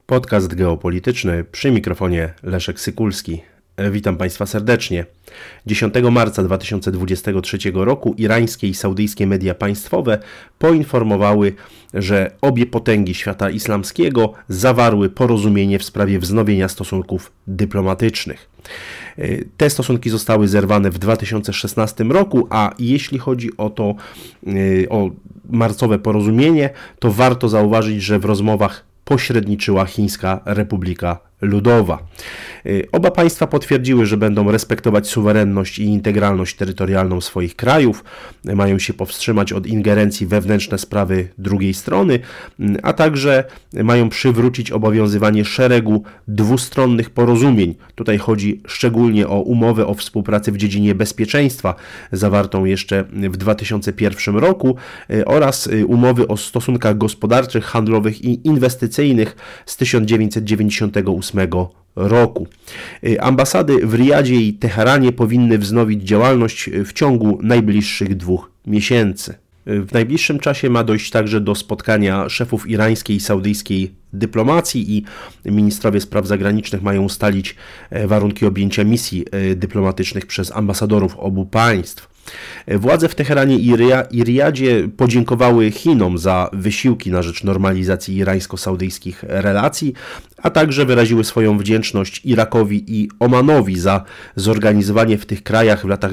Podcast geopolityczny przy mikrofonie Leszek Sykulski. Witam Państwa serdecznie. 10 marca 2023 roku irańskie i saudyjskie media państwowe poinformowały, że obie potęgi świata islamskiego zawarły porozumienie w sprawie wznowienia stosunków dyplomatycznych. Te stosunki zostały zerwane w 2016 roku, a jeśli chodzi o marcowe porozumienie, to warto zauważyć, że w rozmowach pośredniczyła Chińska Republika Ludowa. Oba państwa potwierdziły, że będą respektować suwerenność i integralność terytorialną swoich krajów, mają się powstrzymać od ingerencji w wewnętrzne sprawy drugiej strony, a także mają przywrócić obowiązywanie szeregu dwustronnych porozumień. Tutaj chodzi szczególnie o umowę o współpracy w dziedzinie bezpieczeństwa, zawartą jeszcze w 2001 roku oraz umowy o stosunkach gospodarczych, handlowych i inwestycyjnych z 1998 roku. Ambasady w Riyadzie i Teheranie powinny wznowić działalność w ciągu najbliższych 2 miesięcy. W najbliższym czasie ma dojść także do spotkania szefów irańskiej i saudyjskiej dyplomacji i ministrowie spraw zagranicznych mają ustalić warunki objęcia misji dyplomatycznych przez ambasadorów obu państw. Władze w Teheranie i Riyadzie podziękowały Chinom za wysiłki na rzecz normalizacji irańsko-saudyjskich relacji, a także wyraziły swoją wdzięczność Irakowi i Omanowi za zorganizowanie w tych krajach w latach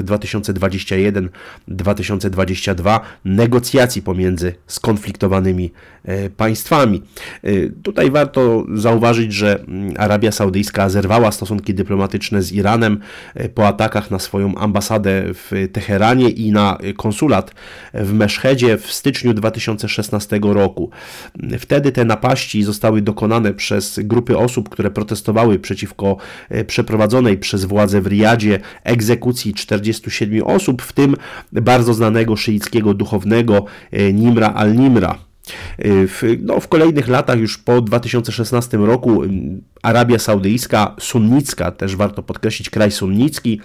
2021-2022 negocjacji pomiędzy skonfliktowanymi państwami. Tutaj warto zauważyć, że Arabia Saudyjska zerwała stosunki dyplomatyczne z Iranem po atakach na swoją ambasadę w Teheranie i na konsulat w Meszhedzie w styczniu 2016 roku. Wtedy te napaści zostały dokonane przez grupy osób, które protestowały przeciwko przeprowadzonej przez władze w Riyadzie egzekucji 47 osób, w tym bardzo znanego szyickiego duchownego Nimra al-Nimra. W kolejnych latach, już po 2016 roku, Arabia Saudyjska, sunnicka, też warto podkreślić, kraj sunnicki,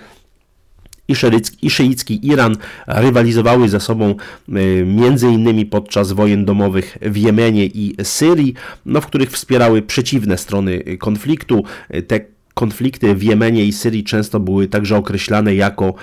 i szyicki Iran rywalizowały ze sobą między innymi podczas wojen domowych w Jemenie i Syrii, w których wspierały przeciwne strony konfliktu. Te konflikty w Jemenie i Syrii często były także określane jako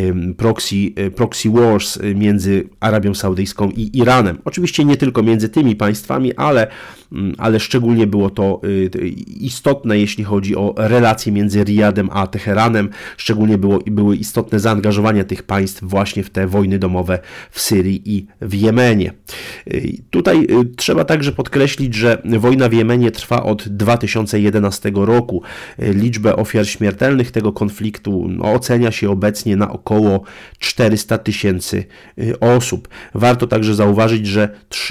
proxy wars między Arabią Saudyjską i Iranem. Oczywiście nie tylko między tymi państwami, ale szczególnie było to istotne, jeśli chodzi o relacje między Riyadem a Teheranem. Szczególnie były istotne zaangażowania tych państw właśnie w te wojny domowe w Syrii i w Jemenie. Tutaj trzeba także podkreślić, że wojna w Jemenie trwa od 2011 roku. Liczbę ofiar śmiertelnych tego konfliktu ocenia się obecnie na około 400 000 osób. Warto także zauważyć, że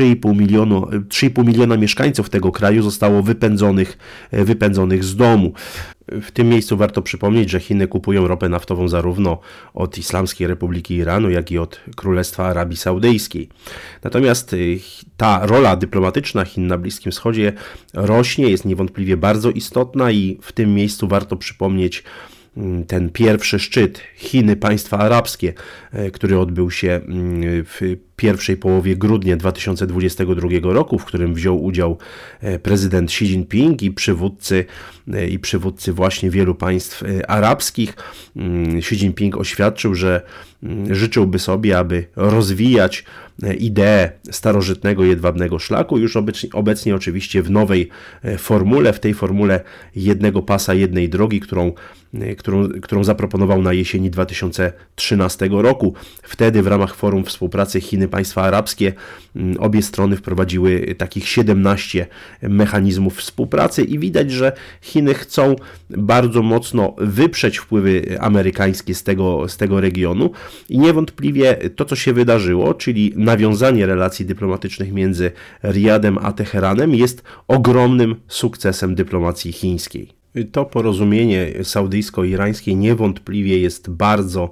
3,5 miliona mieszkańców tego kraju zostało wypędzonych z domu. W tym miejscu warto przypomnieć, że Chiny kupują ropę naftową zarówno od Islamskiej Republiki Iranu, jak i od Królestwa Arabii Saudyjskiej. Natomiast ta rola dyplomatyczna Chin na Bliskim Wschodzie rośnie, jest niewątpliwie bardzo istotna i w tym miejscu warto przypomnieć ten pierwszy szczyt Chiny, państwa arabskie, który odbył się w pierwszej połowie grudnia 2022 roku, w którym wziął udział prezydent Xi Jinping i przywódcy właśnie wielu państw arabskich. Xi Jinping oświadczył, że życzyłby sobie, aby rozwijać ideę starożytnego jedwabnego szlaku, już obecnie oczywiście w nowej formule, w tej formule jednego pasa, jednej drogi, którą zaproponował na jesieni 2013 roku. Wtedy w ramach Forum Współpracy Chiny Państwa Arabskie obie strony wprowadziły takich 17 mechanizmów współpracy i widać, że Chiny chcą bardzo mocno wyprzeć wpływy amerykańskie z tego regionu i niewątpliwie to, co się wydarzyło, czyli nawiązanie relacji dyplomatycznych między Riyadem a Teheranem, jest ogromnym sukcesem dyplomacji chińskiej. To porozumienie saudyjsko-irańskie niewątpliwie jest bardzo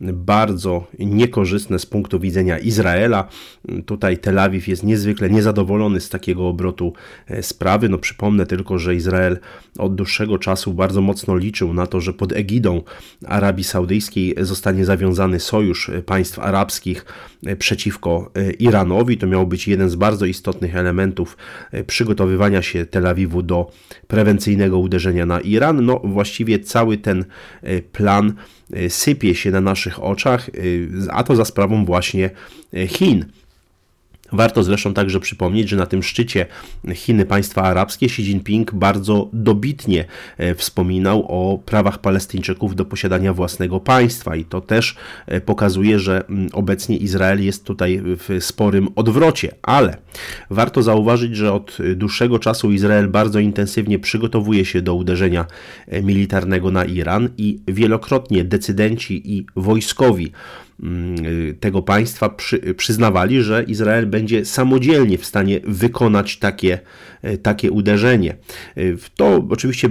bardzo niekorzystne z punktu widzenia Izraela. Tutaj Tel Awiw jest niezwykle niezadowolony z takiego obrotu sprawy. No przypomnę tylko, że Izrael od dłuższego czasu bardzo mocno liczył na to, że pod egidą Arabii Saudyjskiej zostanie zawiązany sojusz państw arabskich przeciwko Iranowi. To miał być jeden z bardzo istotnych elementów przygotowywania się Tel Awiwu do prewencyjnego uderzenia na Iran. No właściwie cały ten plan sypie się na naszych oczach, a to za sprawą właśnie Chin. Warto zresztą także przypomnieć, że na tym szczycie Chiny, państwa arabskie, Xi Jinping bardzo dobitnie wspominał o prawach Palestyńczyków do posiadania własnego państwa i to też pokazuje, że obecnie Izrael jest tutaj w sporym odwrocie, ale warto zauważyć, że od dłuższego czasu Izrael bardzo intensywnie przygotowuje się do uderzenia militarnego na Iran i wielokrotnie decydenci i wojskowi tego państwa przyznawali, że Izrael będzie samodzielnie w stanie wykonać takie uderzenie. To oczywiście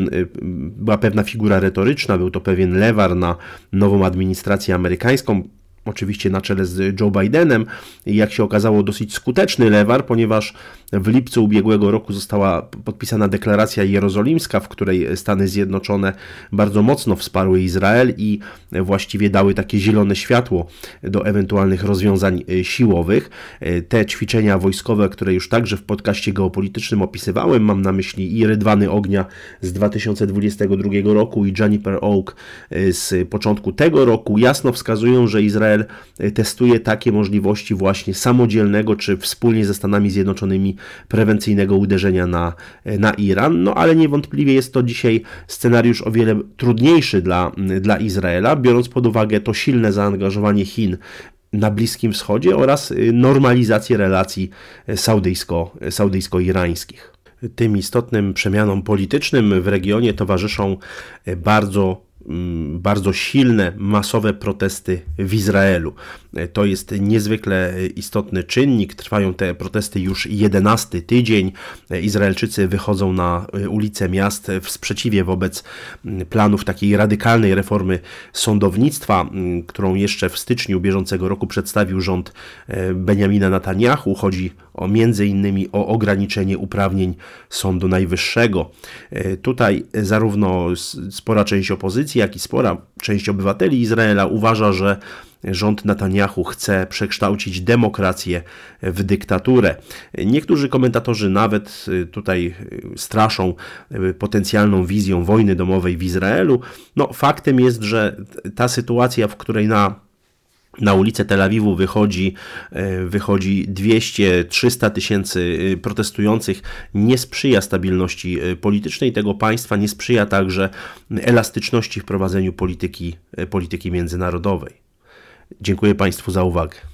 była pewna figura retoryczna, był to pewien lewar na nową administrację amerykańską, oczywiście na czele z Joe Bidenem, jak się okazało dosyć skuteczny lewar, ponieważ w lipcu ubiegłego roku została podpisana deklaracja jerozolimska, w której Stany Zjednoczone bardzo mocno wsparły Izrael i właściwie dały takie zielone światło do ewentualnych rozwiązań siłowych. Te ćwiczenia wojskowe, które już także w podcaście geopolitycznym opisywałem, mam na myśli i Rydwany Ognia z 2022 roku i Juniper Oak z początku tego roku, jasno wskazują, że Izrael testuje takie możliwości właśnie samodzielnego czy wspólnie ze Stanami Zjednoczonymi prewencyjnego uderzenia na Iran, no ale niewątpliwie jest to dzisiaj scenariusz o wiele trudniejszy dla Izraela, biorąc pod uwagę to silne zaangażowanie Chin na Bliskim Wschodzie oraz normalizację relacji saudyjsko-irańskich. Tym istotnym przemianom politycznym w regionie towarzyszą bardzo silne, masowe protesty w Izraelu. To jest niezwykle istotny czynnik. Trwają te protesty już 11 tydzień. Izraelczycy wychodzą na ulice miast w sprzeciwie wobec planów takiej radykalnej reformy sądownictwa, którą jeszcze w styczniu bieżącego roku przedstawił rząd Benjamina Netanjahu. Chodzi między innymi o ograniczenie uprawnień Sądu Najwyższego. Tutaj zarówno spora część opozycji, jak i spora część obywateli Izraela uważa, że rząd Netanjahu chce przekształcić demokrację w dyktaturę. Niektórzy komentatorzy nawet tutaj straszą potencjalną wizją wojny domowej w Izraelu. No, faktem jest, że ta sytuacja, w której na ulicę Tel Awiwu wychodzi 200-300 tysięcy protestujących, nie sprzyja stabilności politycznej tego państwa, nie sprzyja także elastyczności w prowadzeniu polityki międzynarodowej. Dziękuję Państwu za uwagę.